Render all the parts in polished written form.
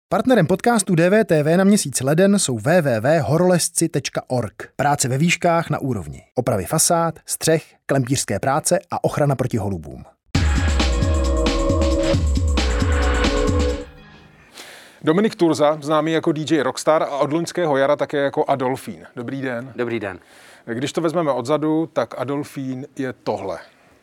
Partnerem podcastu DVTV na měsíc leden jsou www.horolezci.org. Práce ve výškách na úrovni. Opravy fasád, střech, klempířské práce a ochrana proti holubům. Dominik Turza, známý jako DJ Rockstar a od loňského jara také jako Adolfín. Dobrý den. Dobrý den. Když to vezmeme odzadu, tak Adolfín je tohle.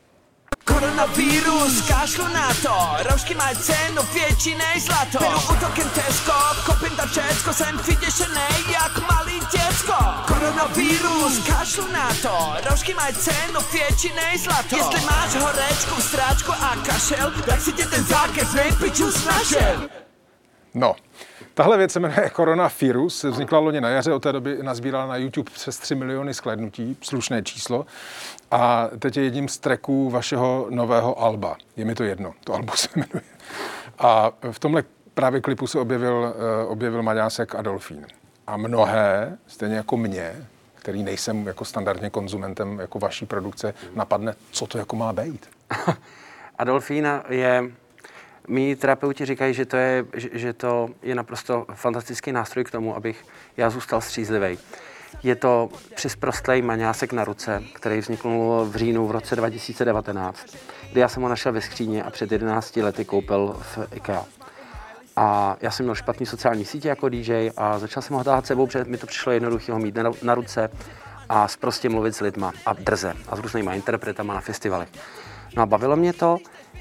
Koronavírus, kašlu na to, roušky mají cenu větší než zlato. Beru útokem Tesco, kopím tam všecko, jsem vyděšenej jak malý děcko. Koronavirus, kašlu na to, roušky mají cenu větší než zlato. Jestli máš horečku, stráčku a kašel, tak si tě ten zákaz nejpiču snažil. No, tahle věc se jmenuje Koronavirus, vznikla loni na jaře, od té doby nazbírala na YouTube přes 3 miliony shlédnutí, slušné číslo. A teď je jedním z tracků vašeho nového alba. Je mi to jedno, to album se jmenuje. A v tomhle právě klipu se objevil Maďásek Adolfín. A mnohé, stejně jako mě, který nejsem jako standardně konzumentem jako vaší produkce, napadne, co to jako má být. Adolfín je... Mí terapeuti říkají, že to je naprosto fantastický nástroj k tomu, abych já zůstal střízlivý. Je to přisprostlej maňásek na ruce, který vznikl v říjnu v roce 2019, kdy já jsem ho našel ve skříně a před 11 lety koupil v IKEA. A já jsem měl špatný sociální sítě jako DJ a začal jsem ho táhat sebou, protože mi to přišlo jednoduché ho mít na ruce a prostě mluvit s lidma a drze a s různýma interpretama na festivalech. No a bavilo mě to.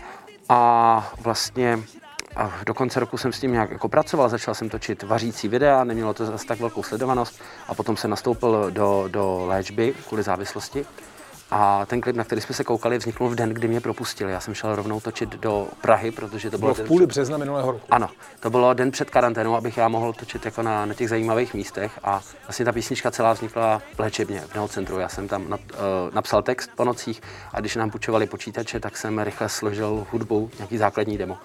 A vlastně do konce roku jsem s tím nějak jako pracoval, začal jsem točit vařící videa, nemělo to zase tak velkou sledovanost a potom jsem nastoupil do léčby kvůli závislosti. A ten klip, na který jsme se koukali, vznikl v den, kdy mě propustili. Já jsem šel rovnou točit do Prahy, protože to bylo... v půli března minulého roku. Ano, to bylo den před karanténou, abych já mohl točit jako na těch zajímavých místech a vlastně ta písnička celá vznikla v léčebně, v Neocentru. Já jsem tam napsal text po nocích a když nám půjčovali počítače, tak jsem rychle složil hudbu, nějaký základní demo.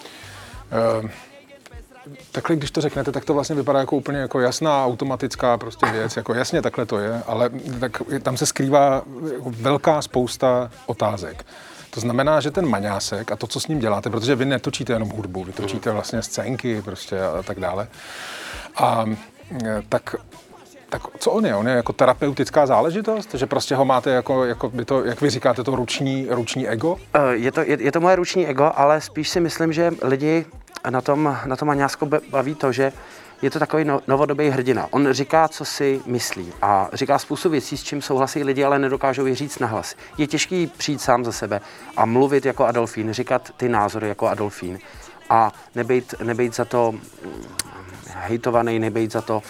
Takhle, když to řeknete, tak to vlastně vypadá jako úplně jako jasná, automatická prostě věc, jako jasně takhle to je, ale tak tam se skrývá jako velká spousta otázek. To znamená, že ten maňásek a to, co s ním děláte, protože vy netočíte jenom hudbu, vy točíte vlastně scénky prostě a tak dále. A tak co on je? On je jako terapeutická záležitost? Že prostě ho máte jako by to, jak vy říkáte, to ruční ego? Je to moje ruční ego, ale spíš si myslím, že lidi na tom maňásku baví to, že je to takový novodobý hrdina. On říká, co si myslí a říká spoustu věcí, s čím souhlasí lidi, ale nedokážou je říct nahlas. Je těžký přijít sám za sebe a mluvit jako Adolfín, říkat ty názory jako Adolfín a nebejt za to hejtovaný, nebejt za to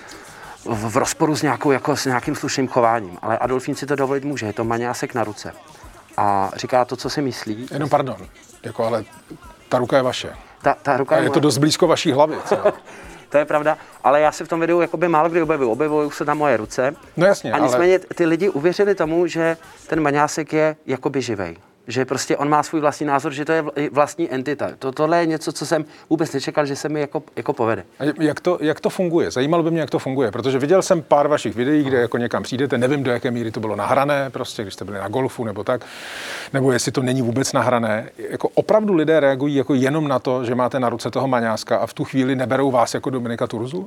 v rozporu s nějakým slušným chováním. Ale Adolfín si to dovolit může, je to maňásek na ruce. A říká to, co si myslí. Jenom pardon, ale ta ruka je vaše. Ta ruka je to dost blízko vaší hlavy, co? To je pravda, ale já se v tom videu jakoby málo kdy objevují se tam moje ruce. No jasně, a nicméně ty lidi uvěřili tomu, že ten maňásek je jakoby živej. Že prostě on má svůj vlastní názor, že to je vlastní entita. Tohle je něco, co jsem vůbec nečekal, že se mi jako povede. A jak to funguje? Zajímalo by mě, jak to funguje, protože viděl jsem pár vašich videí, kde jako někam přijdete, nevím, do jaké míry to bylo nahrané, prostě když jste byli na golfu nebo tak, nebo jestli to není vůbec nahrané. Jako opravdu lidé reagují jako jenom na to, že máte na ruce toho maňáska a v tu chvíli neberou vás jako Dominika Turzu?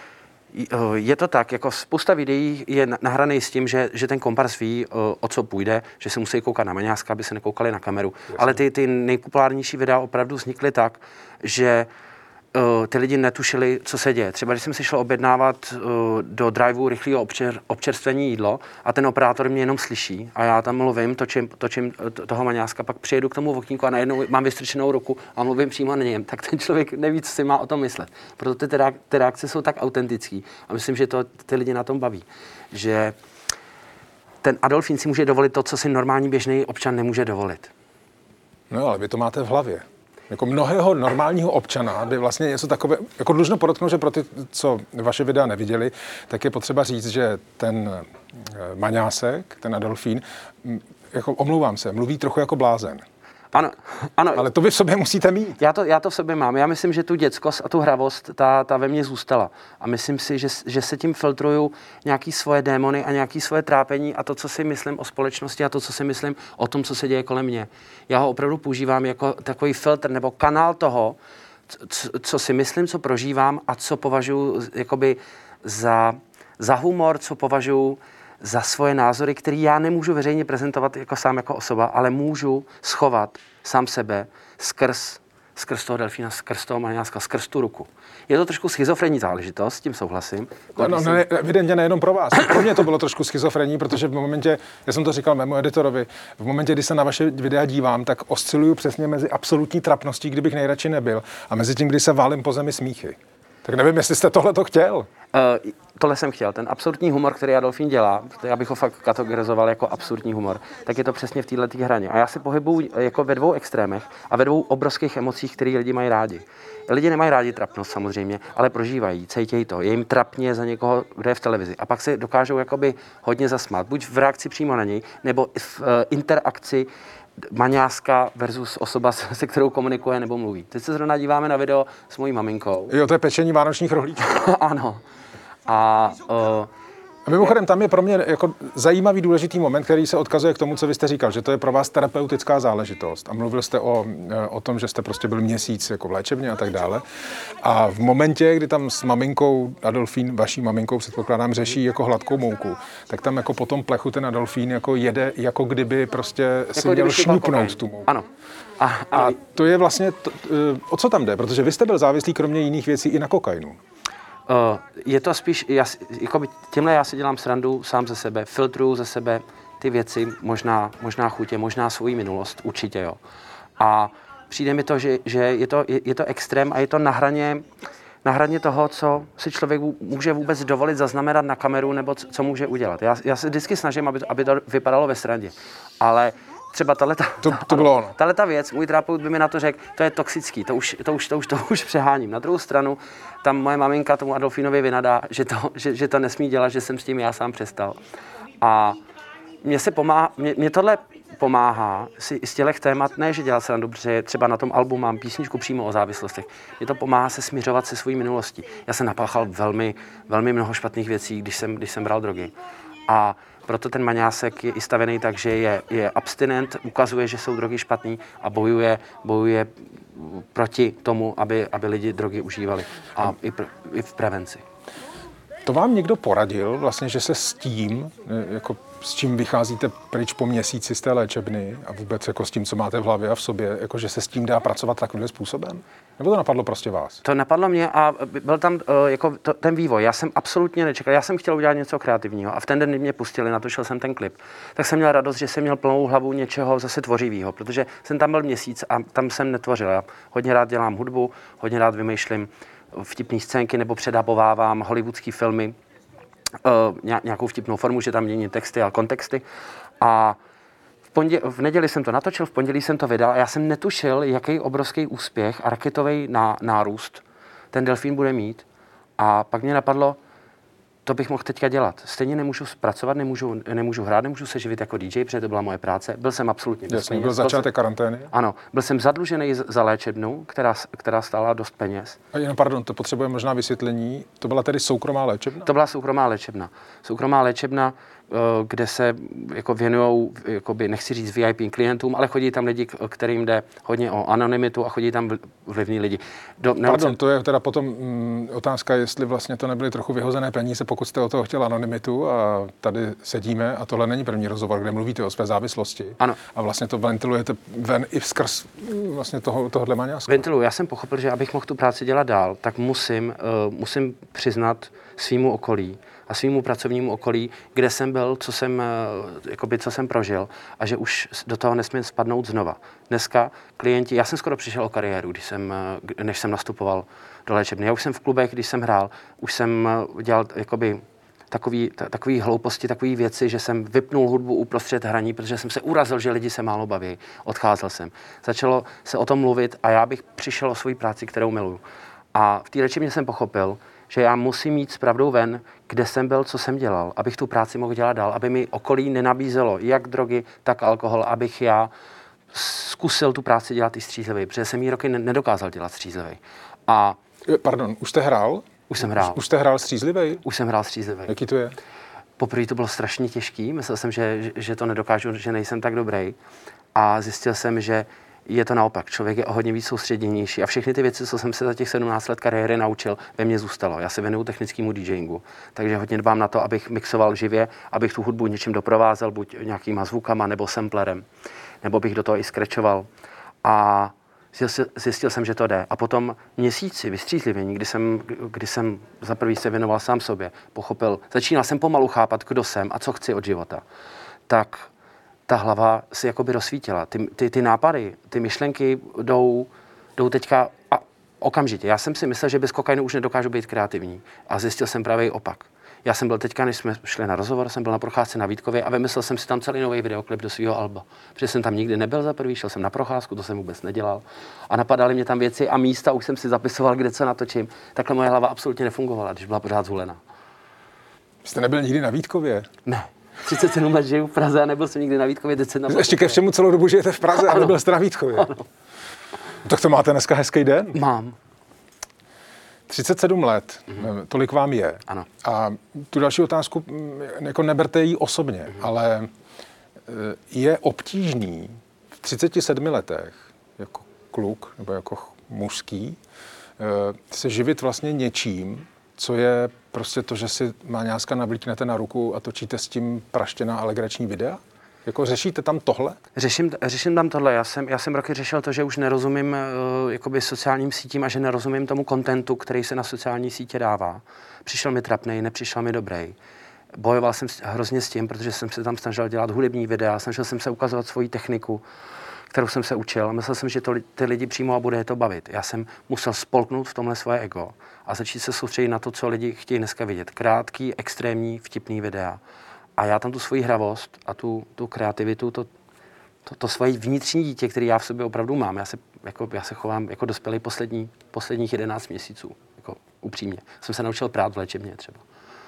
Je to tak, jako spousta videí je nahraný s tím, že ten kompars ví, o co půjde, že se musí koukat na maňáska, aby se nekoukali na kameru. Jasně. Ale ty nejpopulárnější videa opravdu vznikly tak, že ty lidi netušili, co se děje. Třeba když jsem si šel objednávat do driveu rychlého občerstvení jídlo a ten operátor mě jenom slyší a já tam mluvím, točím toho maňáska, pak přijedu k tomu okýnku a najednou mám vystrčenou ruku a mluvím přímo na něm, tak ten člověk neví, co si má o tom myslet. Proto ty reakce jsou tak autentický a myslím, že to ty lidi na tom baví. Že ten Adolfín si může dovolit to, co si normální běžný občan nemůže dovolit. No ale vy to máte v hlavě. Jako mnohého normálního občana by vlastně něco takové, jako dlužno podotknout, že pro ty, co vaše videa neviděli, tak je potřeba říct, že ten maňásek, ten Adolfín, jako omlouvám se, mluví trochu jako blázen. Ano. Ale to vy v sobě musíte mít. Já to v sobě mám. Já myslím, že tu dětskost a tu hravost, ta ve mně zůstala. A myslím si, že se tím filtrují nějaký svoje démony a nějaký svoje trápení a to, co si myslím o společnosti a to, co si myslím o tom, co se děje kolem mě. Já ho opravdu používám jako takový filtr nebo kanál toho, co si myslím, co prožívám a co považuji jakoby za humor, co považuji za svoje názory, které já nemůžu veřejně prezentovat jako sám jako osoba, ale můžu schovat sám sebe skrz toho delfína, skrz toho maňáska, skrz tu ruku. Je to trošku schizofrenní záležitost, s tím souhlasím. Ne, evidentně nejenom pro vás. Pro mě to bylo trošku schizofrenní, protože v momentě, já jsem to říkal mému editorovi, v momentě, kdy se na vaše videa dívám, tak osciluju přesně mezi absolutní trapností, kdybych nejradši nebyl, a mezi tím, kdy se válím po zemi smíchy. Tak nevím, jestli jste tohle to chtěl. Tohle jsem chtěl. Ten absurdní humor, který Adolfín dělá, já bych ho fakt kategorizoval jako absurdní humor, tak je to přesně v této hraně. A já si pohybuju jako ve dvou extrémech a ve dvou obrovských emocích, které lidi mají rádi. Lidi nemají rádi trapnost samozřejmě, ale prožívají, cítějí to. Je jim trapně za někoho, kdo je v televizi. A pak se dokážou jakoby hodně zasmát. Buď v reakci přímo na něj, nebo v interakci maňáska versus osoba, se kterou komunikuje nebo mluví. Teď se zrovna díváme na video s mojí maminkou. Jo, to je pečení vánočních rohlíčků. Ano. A mimochodem, tam je pro mě jako zajímavý důležitý moment, který se odkazuje k tomu, co vy jste říkal, že to je pro vás terapeutická záležitost. A mluvil jste o tom, že jste prostě byl měsíc jako v léčebně a tak dále. A v momentě, kdy tam s maminkou Adolfín, vaší maminkou, předpokládám, řeší jako hladkou mouku, tak tam jako po tom plechu ten Adolfín jako jede, jako kdyby prostě jako si měl šňupnout tu mouku. Ano. A to je vlastně, o co tam jde? Protože vy jste byl závislý kromě jiných věcí i na kokainu. Je to spíš, tímhle já si dělám srandu sám ze sebe, filtruju ze sebe ty věci, možná chutě, možná svou minulost, určitě jo. A přijde mi to, že je to extrém a je to na hraně toho, co si člověk může vůbec dovolit zaznamenat na kameru nebo co může udělat. Já se vždycky snažím, aby to vypadalo ve srandě, ale třeba tahleta věc, můj terapeut by mi na to řekl, to je toxický, to už přeháním. Na druhou stranu, tam moje maminka tomu Adolfínovi vynadá, že to nesmí dělat, že jsem s tím já sám přestal. A mě tohle pomáhá si z těch témat, ne, že dělat srandu, protože třeba na tom albu mám písničku přímo o závislostech. Mě to pomáhá se smiřovat se svojí minulostí. Já jsem napáchal velmi, velmi mnoho špatných věcí, když jsem bral drogy. A proto ten maňásek je i stavený tak, že je abstinent, ukazuje, že jsou drogy špatný a bojuje proti tomu, aby lidi drogy užívali. A i v prevenci. To vám někdo poradil vlastně, že se s tím, jako s čím vycházíte pryč po měsíci z té léčebny a vůbec jako s tím, co máte v hlavě a v sobě, jako že se s tím dá pracovat takovým způsobem? Nebo to napadlo prostě vás? To napadlo mě a byl tam ten vývoj. Já jsem absolutně nečekal. Já jsem chtěl udělat něco kreativního a v ten den, kdy mě pustili, natočil jsem ten klip, tak jsem měl radost, že jsem měl plnou hlavu něčeho zase tvořivého, protože jsem tam byl měsíc a tam jsem netvořil. Já hodně rád dělám hudbu, hodně rád vymýšlím vtipné scénky nebo předabovávám hollywoodský filmy, nějakou vtipnou formu, že tam mění texty a kontexty. A v neděli jsem to natočil, v pondělí jsem to vydal a já jsem netušil, jaký obrovský úspěch a raketový nárůst ten delfín bude mít. A pak mě napadlo, to bych mohl teďka dělat. Stejně nemůžu zpracovat, nemůžu hrát, nemůžu se živit jako DJ, protože to byla moje práce. Byl jsem absolutně bez peněz. Byl začátek karantény? Ano, byl jsem zadlužený za léčebnu, která stála dost peněz. A jenom, pardon, to potřebuje možná vysvětlení. To byla tedy soukromá léčebna? To byla soukromá léčebna. Soukromá léčebna, kde se jako věnujou, jakoby, nechci říct VIP klientům, ale chodí tam lidi, kterým jde hodně o anonymitu a chodí tam vlivní lidi. Pardon, to je teda potom otázka, jestli vlastně to nebyly trochu vyhozené peníze, pokud jste o toho chtěl anonymitu a tady sedíme a tohle není první rozhovor, kde mluvíte o své závislosti. Ano. A vlastně to ventilujete ven i skrz vlastně tohohle maňáska. Ventiluju. Já jsem pochopil, že abych mohl tu práci dělat dál, tak musím přiznat svýmu okolí a svýmu pracovnímu okolí, kde jsem byl, co jsem prožil a že už do toho nesmím spadnout znova. Dneska klienti, já jsem skoro přišel o kariéru, než jsem nastupoval do léčebny. Já už jsem v klubech, když jsem hrál, už jsem dělal takový hlouposti, takové věci, že jsem vypnul hudbu uprostřed hraní, protože jsem se urazil, že lidi se málo baví. Odcházel jsem. Začalo se o tom mluvit a já bych přišel o svoji práci, kterou miluju. A v té léčebně jsem pochopil, že já musím jít s pravdou ven, kde jsem byl, co jsem dělal, abych tu práci mohl dělat dál, aby mi okolí nenabízelo jak drogy, tak alkohol, abych já zkusil tu práci dělat i střízlivý, protože jsem jí roky nedokázal dělat střízlivý. Pardon, už jste hrál? Už jsem hrál. Už jste hrál střízlivý? Už jsem hrál střízlivý. Jaký to je? Poprvé to bylo strašně těžký, myslel jsem, že to nedokážu, že nejsem tak dobrý. A zjistil jsem, že je to naopak. Člověk je o hodně víc soustředěnější a všechny ty věci, co jsem se za těch 17 let kariéry naučil, ve mně zůstalo. Já se věnuju technickému DJingu, takže hodně dbám na to, abych mixoval živě, abych tu hudbu něčím doprovázel, buď nějakýma zvukama nebo samplerem, nebo bych do toho i scratchoval. A zjistil jsem, že to jde. A potom měsíci vystřízlivění, kdy jsem za prvý se věnoval sám sobě, začínal jsem pomalu chápat, kdo jsem a co chci od života, tak ta hlava si jakoby rozsvítila. Ty nápady, ty myšlenky jdou teďka a okamžitě. Já jsem si myslel, že bez kokainu už nedokážu být kreativní. A zjistil jsem právě opak. Já jsem byl teďka, než jsme šli na rozhovor, jsem byl na procházce na Vítkově a vymyslel jsem si tam celý nový videoklip do svého alba. Protože jsem tam nikdy nebyl za prvý, šel jsem na procházku, to jsem vůbec nedělal. A napadaly mě tam věci a místa, už jsem si zapisoval, kde co natočím. Takhle moje hlava absolutně nefungovala, když byla pořád zhulená. Jste nebyl nikdy na Vítkově? Ne. 37 let žiju v Praze a nebyl jsem nikdy na Vítkově, teď jsem Ještě ke všemu celou dobu žijete v Praze a nebyl jste na Vítkově. Ano. Tak to máte dneska hezký den. Mám. 37 let, tolik vám je. Ano. A tu další otázku, jako neberte ji osobně, ale je obtížný v 37 letech jako kluk nebo jako mužský se živit vlastně něčím, co je prostě to, že si Maňáska navlíknete na ruku a točíte s tím praštěná alegrační videa? Jako řešíte tam tohle? Řeším tam tohle. Já jsem roky řešil to, že už nerozumím jakoby sociálním sítím a že nerozumím tomu kontentu, který se na sociální sítě dává. Přišel mi trapnej, nepřišel mi dobrý. Bojoval jsem hrozně s tím, protože jsem se tam snažil dělat hudební videa, snažil jsem se ukazovat svoji techniku, kterou jsem se učil. Myslel jsem, že ty lidi přijmou a bude je to bavit. Já jsem musel spolknout v tomhle svoje ego a začít se soustředit na to, co lidi chtějí dneska vidět. Krátký, extrémní, vtipný videa. A já tam tu svoji hravost a tu kreativitu, to svoje vnitřní dítě, který já v sobě opravdu mám. Já se chovám jako dospělý posledních 11 měsíců. Jako upřímně. Jsem se naučil prát v léčebně třeba.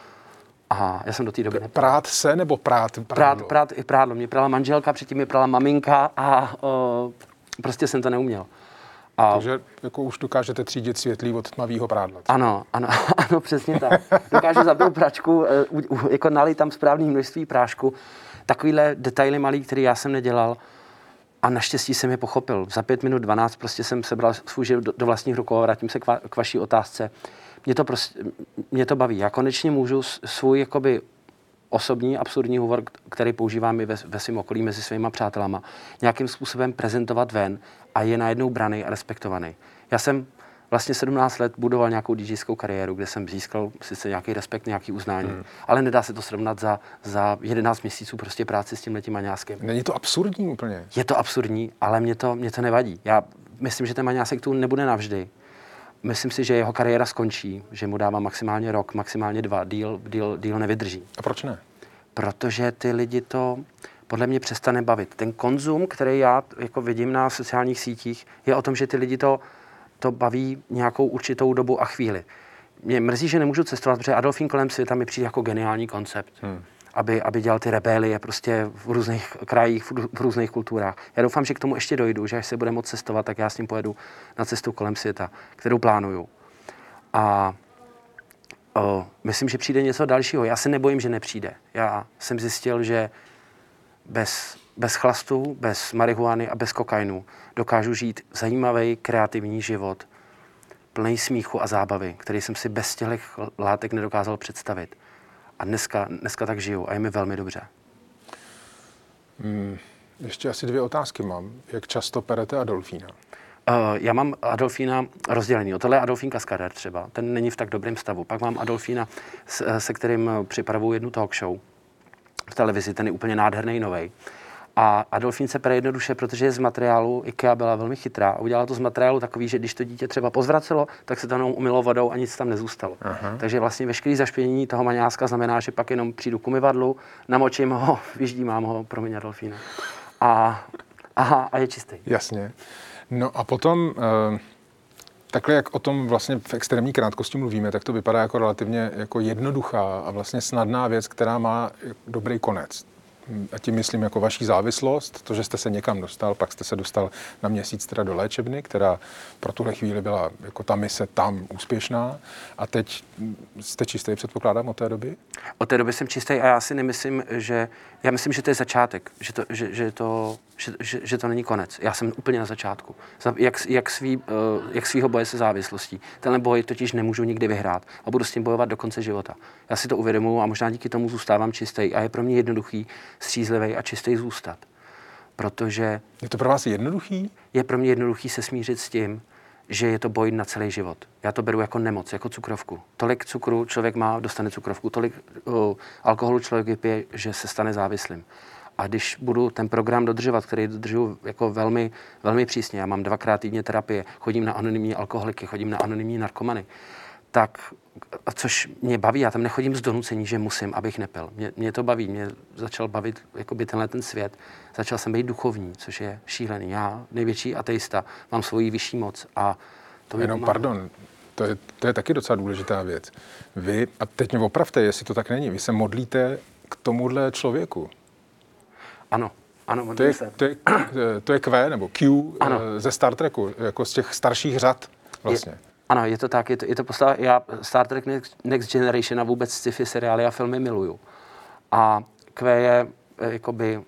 A já jsem do té doby Prát se nebo prát? Prát i prádlo. Mě prala manželka, předtím mě prala maminka a prostě jsem to neuměl. Takže jako už dokážete třídit světlý od tmavého prádla. Ano, přesně tak. Dokážu zabít pračku, jako nalít tam správné množství prášku. Takovýhle detaily malý, který já jsem nedělal a naštěstí jsem je pochopil. Za 5 minut 12 prostě jsem sebral svůj život do vlastních rukou a vrátím se k vaší otázce. Mě to baví. Já konečně můžu svůj jakoby osobní, absurdní humor, který používám i ve svém okolí mezi svýma přátelama, nějakým způsobem prezentovat ven a je najednou braný a respektovaný. Já jsem vlastně 17 let budoval nějakou DJskou kariéru, kde jsem získal sice nějaký respekt, nějaký uznání, ale nedá se to srovnat za 11 měsíců prostě práci s tímhletím Maňáskem. Není to absurdní úplně? Je to absurdní, ale mě to nevadí. Já myslím, že ten Maňásek tu nebude navždy. Myslím si, že jeho kariéra skončí, že mu dává maximálně rok, maximálně 2, díl nevydrží. A proč ne? Protože ty lidi to podle mě přestane bavit. Ten konzum, který já jako vidím na sociálních sítích, je o tom, že ty lidi to baví nějakou určitou dobu a chvíli. Mě mrzí, že nemůžu cestovat, protože Adolfín kolem světa mi přijde jako geniální koncept. Aby dělal ty rebelie prostě v různých krajích, v různých kulturách. Já doufám, že k tomu ještě dojdu, že až se bude moct cestovat, tak já s ním pojedu na cestu kolem světa, kterou plánuju. A myslím, že přijde něco dalšího. Já se nebojím, že nepřijde. Já jsem zjistil, že bez chlastu, bez marihuany a bez kokainu dokážu žít zajímavý, kreativní život, plný smíchu a zábavy, který jsem si bez těch látek nedokázal představit. A dneska tak žiju a je mi velmi dobře. Ještě asi 2 otázky mám. Jak často perete Adolfína? Já mám Adolfína rozdělený. Tohle je Adolfín Kaskader třeba. Ten není v tak dobrém stavu. Pak mám Adolfína, se kterým připravuju jednu talk show v televizi. Ten je úplně nádherný, novej. A Adolfín se pere jednoduše, protože je z materiálu, IKEA byla velmi chytrá a udělala to z materiálu takový, že když to dítě třeba pozvracelo, tak se to jenom umylo vodou a nic tam nezůstalo. Aha. Takže vlastně veškerý zašpinění toho Maňáska znamená, že pak jenom přijdu k umyvadlu, namočím ho, vyždímám ho, promiň Adolfína. A je čistý. Jasně. No a potom, takhle jak o tom vlastně v extrémní krátkosti mluvíme, tak to vypadá jako relativně jako jednoduchá a vlastně snadná věc, která má dobrý konec. A tím myslím jako vaší závislost, to, že jste se někam dostal, pak jste se dostal na měsíc teda do léčebny, která pro tuhle chvíli byla jako ta mise tam úspěšná. A teď jste čistý, předpokládám, od té doby? Od té doby jsem čistý a já si nemyslím, já myslím, že to je začátek, že to není konec. Já jsem úplně na začátku. Jak svýho boje se závislostí. Tenhle boj totiž nemůžu nikdy vyhrát a budu s tím bojovat do konce života. Já si to uvědomuji a možná díky tomu zůstávám čistý a je pro mě jednoduchý, střízlivý a čistý zůstat. Protože... Je to pro vás jednoduchý? Je pro mě jednoduchý se smířit s tím, že je to boj na celý život. Já to beru jako nemoc, jako cukrovku. Tolik cukru člověk má, dostane cukrovku, tolik alkoholu člověk vypije, že se stane závislým. A když budu ten program dodržovat, který dodržuji jako velmi, velmi přísně, já mám 2krát týdně terapie, chodím na anonymní alkoholiky, chodím na anonymní narkomany, tak, což mě baví, já tam nechodím z donucení, že musím, abych nepil. Mě to baví, mě začal bavit jakoby ten svět. Začal jsem být duchovní, což je šílený. Já, největší ateista, mám svoji vyšší moc a to mě jenom, pardon, to je taky docela důležitá věc. Vy, a teď mě opravte, jestli to tak není, vy se modlíte k tomuhle člověku. Ano, modlím se. To je Q nebo Q ze Star Treku, jako z těch starších řad vlastně. Ano, je to tak, je to postava, já Star Trek Next Generation a vůbec sci-fi seriály a filmy miluju. A Q je jakoby,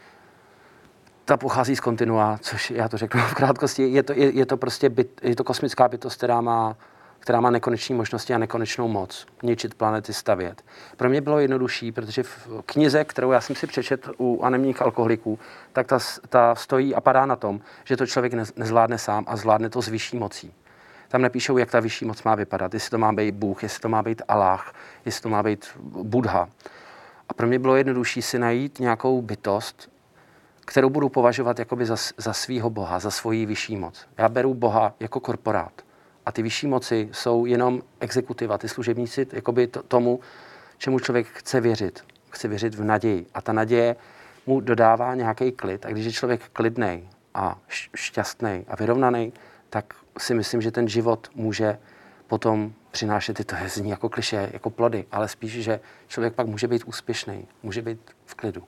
ta pochází z kontinua, což já to řeknu v krátkosti, je to prostě je to kosmická bytost, která má nekonečné možnosti a nekonečnou moc ničit planety, stavět. Pro mě bylo jednodušší, protože v knize, kterou já jsem si přečetl u anonymních alkoholiků, tak ta stojí a padá na tom, že to člověk nezvládne sám a zvládne to s vyšší mocí. Tam nepíšou, jak ta vyšší moc má vypadat, jestli to má být Bůh, jestli to má být Aláh, jestli to má být Buddha. A pro mě bylo jednodušší si najít nějakou bytost, kterou budu považovat jakoby za svýho boha, za svoji vyšší moc. Já beru boha jako korporát. A ty vyšší moci jsou jenom exekutiva, ty služebníci jakoby tomu, čemu člověk chce věřit. Chce věřit v naději. A ta naděje mu dodává nějaký klid. A když je člověk klidnej a šťastný a vyrovnaný, tak si myslím, že ten život může potom přinášet, to zní jako klišé, jako plody, ale spíš, že člověk pak může být úspěšný, může být v klidu.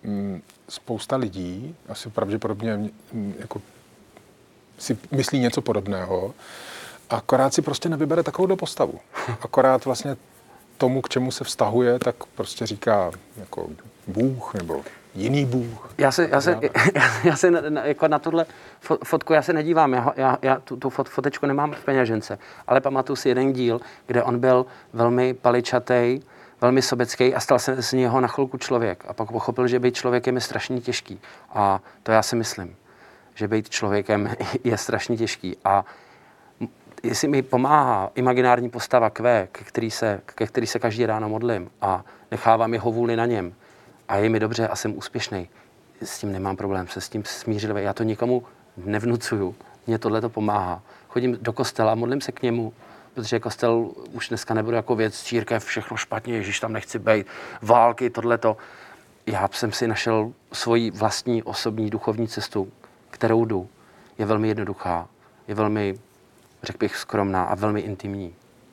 Spousta lidí, asi pravděpodobně jako si myslí něco podobného, akorát si prostě nevybere takovou postavu. Akorát vlastně tomu, k čemu se vztahuje, tak prostě říká jako Bůh nebo jiný Bůh. Já se jako na tuhle fotku já se nedívám, já tu fotečku nemám v peněžence, ale pamatuju si jeden díl, kde on byl velmi paličatej, velmi sobecký a stal se z něho na chvilku člověk. A pak pochopil, že být člověkem je strašně těžký. A to já si myslím, že být člověkem je strašně těžký. A jestli mi pomáhá imaginární postava Q, ke který se každý ráno modlím a nechávám jeho vůli na něm a je mi dobře a jsem úspěšný, s tím nemám problém, se s tím smířil. Já to nikomu nevnucuju, mně tohle to pomáhá. Chodím do kostela, modlím se k němu, protože kostel už dneska nebude jako věc, církev, všechno špatně, Ježíš, tam nechci být, války, tohleto. Já jsem si našel svoji vlastní osobní duchovní cestu, kterou jdu. Je velmi jednoduchá, je velmi, řekl bych, skromná a velmi intimní.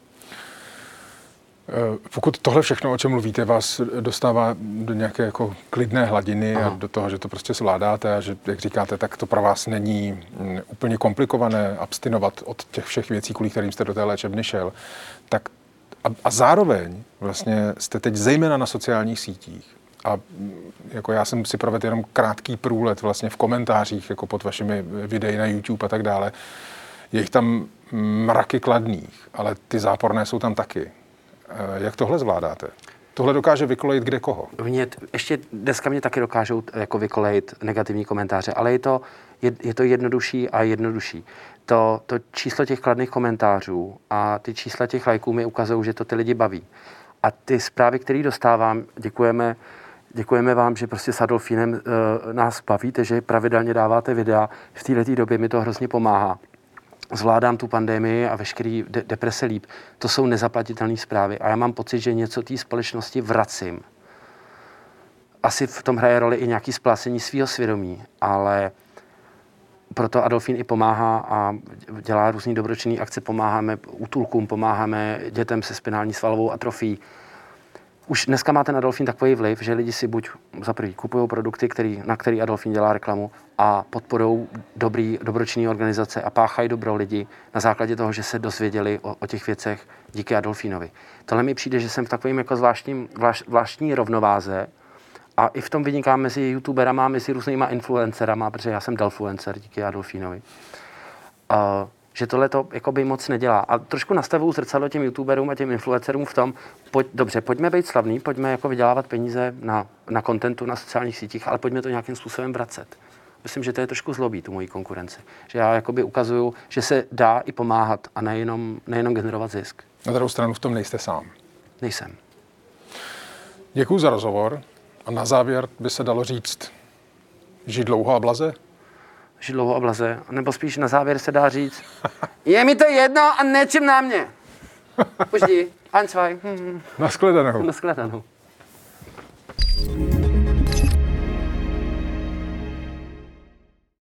Pokud tohle všechno, o čem mluvíte, vás dostává do nějaké jako klidné hladiny a do toho, že to prostě zvládáte a že, jak říkáte, tak to pro vás není úplně komplikované abstinovat od těch všech věcí, kvůli kterým jste do té léčebny šel, tak a zároveň vlastně jste teď zejména na sociálních sítích a jako já jsem si provedl jenom krátký průlet vlastně v komentářích jako pod vašimi videi na YouTube a tak dále. Je jich tam mraky kladných, ale ty záporné jsou tam taky. Jak tohle zvládáte? Tohle dokáže vykolejit kde koho? Ještě dneska mě taky dokážou jako vykolejit negativní komentáře, ale je to jednodušší a jednodušší. To číslo těch kladných komentářů a ty čísla těch lajků mi ukazují, že to ty lidi baví. A ty zprávy, které dostávám, děkujeme vám, že prostě s Adolfínem nás bavíte, že pravidelně dáváte videa. V této době mi to hrozně pomáhá. Zvládám tu pandemii a veškerý deprese líp. To jsou nezaplatitelné zprávy a já mám pocit, že něco té společnosti vracím. Asi v tom hraje roli i nějaké splácení svého svědomí, ale proto Adolfín i pomáhá a dělá různý dobročinný akce, pomáháme útulkům, pomáháme dětem se spinální svalovou atrofií. už dneska má ten Adolfín takový vliv, že lidi si buď za prvý kupují produkty, na který Adolfín dělá reklamu a podporují dobročinné organizace a páchají dobro lidi na základě toho, že se dozvěděli o těch věcech díky Adolfínovi. Tohle mi přijde, že jsem v takovým jako zvláštní rovnováze a i v tom vynikám mezi youtuberama, mezi různýma influencerama, protože já jsem delfluencer díky Adolfínovi. Že tohle to jakoby moc nedělá. A trošku nastavuju zrcadlo těm youtuberům a těm influencerům v tom, pojďme být slavný, pojďme jako vydělávat peníze na contentu, na sociálních sítích, ale pojďme to nějakým způsobem vracet. Myslím, že to je trošku zlobí, tu moji konkurenci. Že já jakoby ukazuju, že se dá i pomáhat a nejenom generovat zisk. Na druhou stranu v tom nejste sám. Nejsem. Děkuju za rozhovor a na závěr by se dalo říct, žij dlouho a blaze? Žij dlouho a blaze, nebo spíš na závěr se dá říct, je mi to jedno a nečím na mě. Už jdi, 1, 2. Naschledanou. Naschledanou.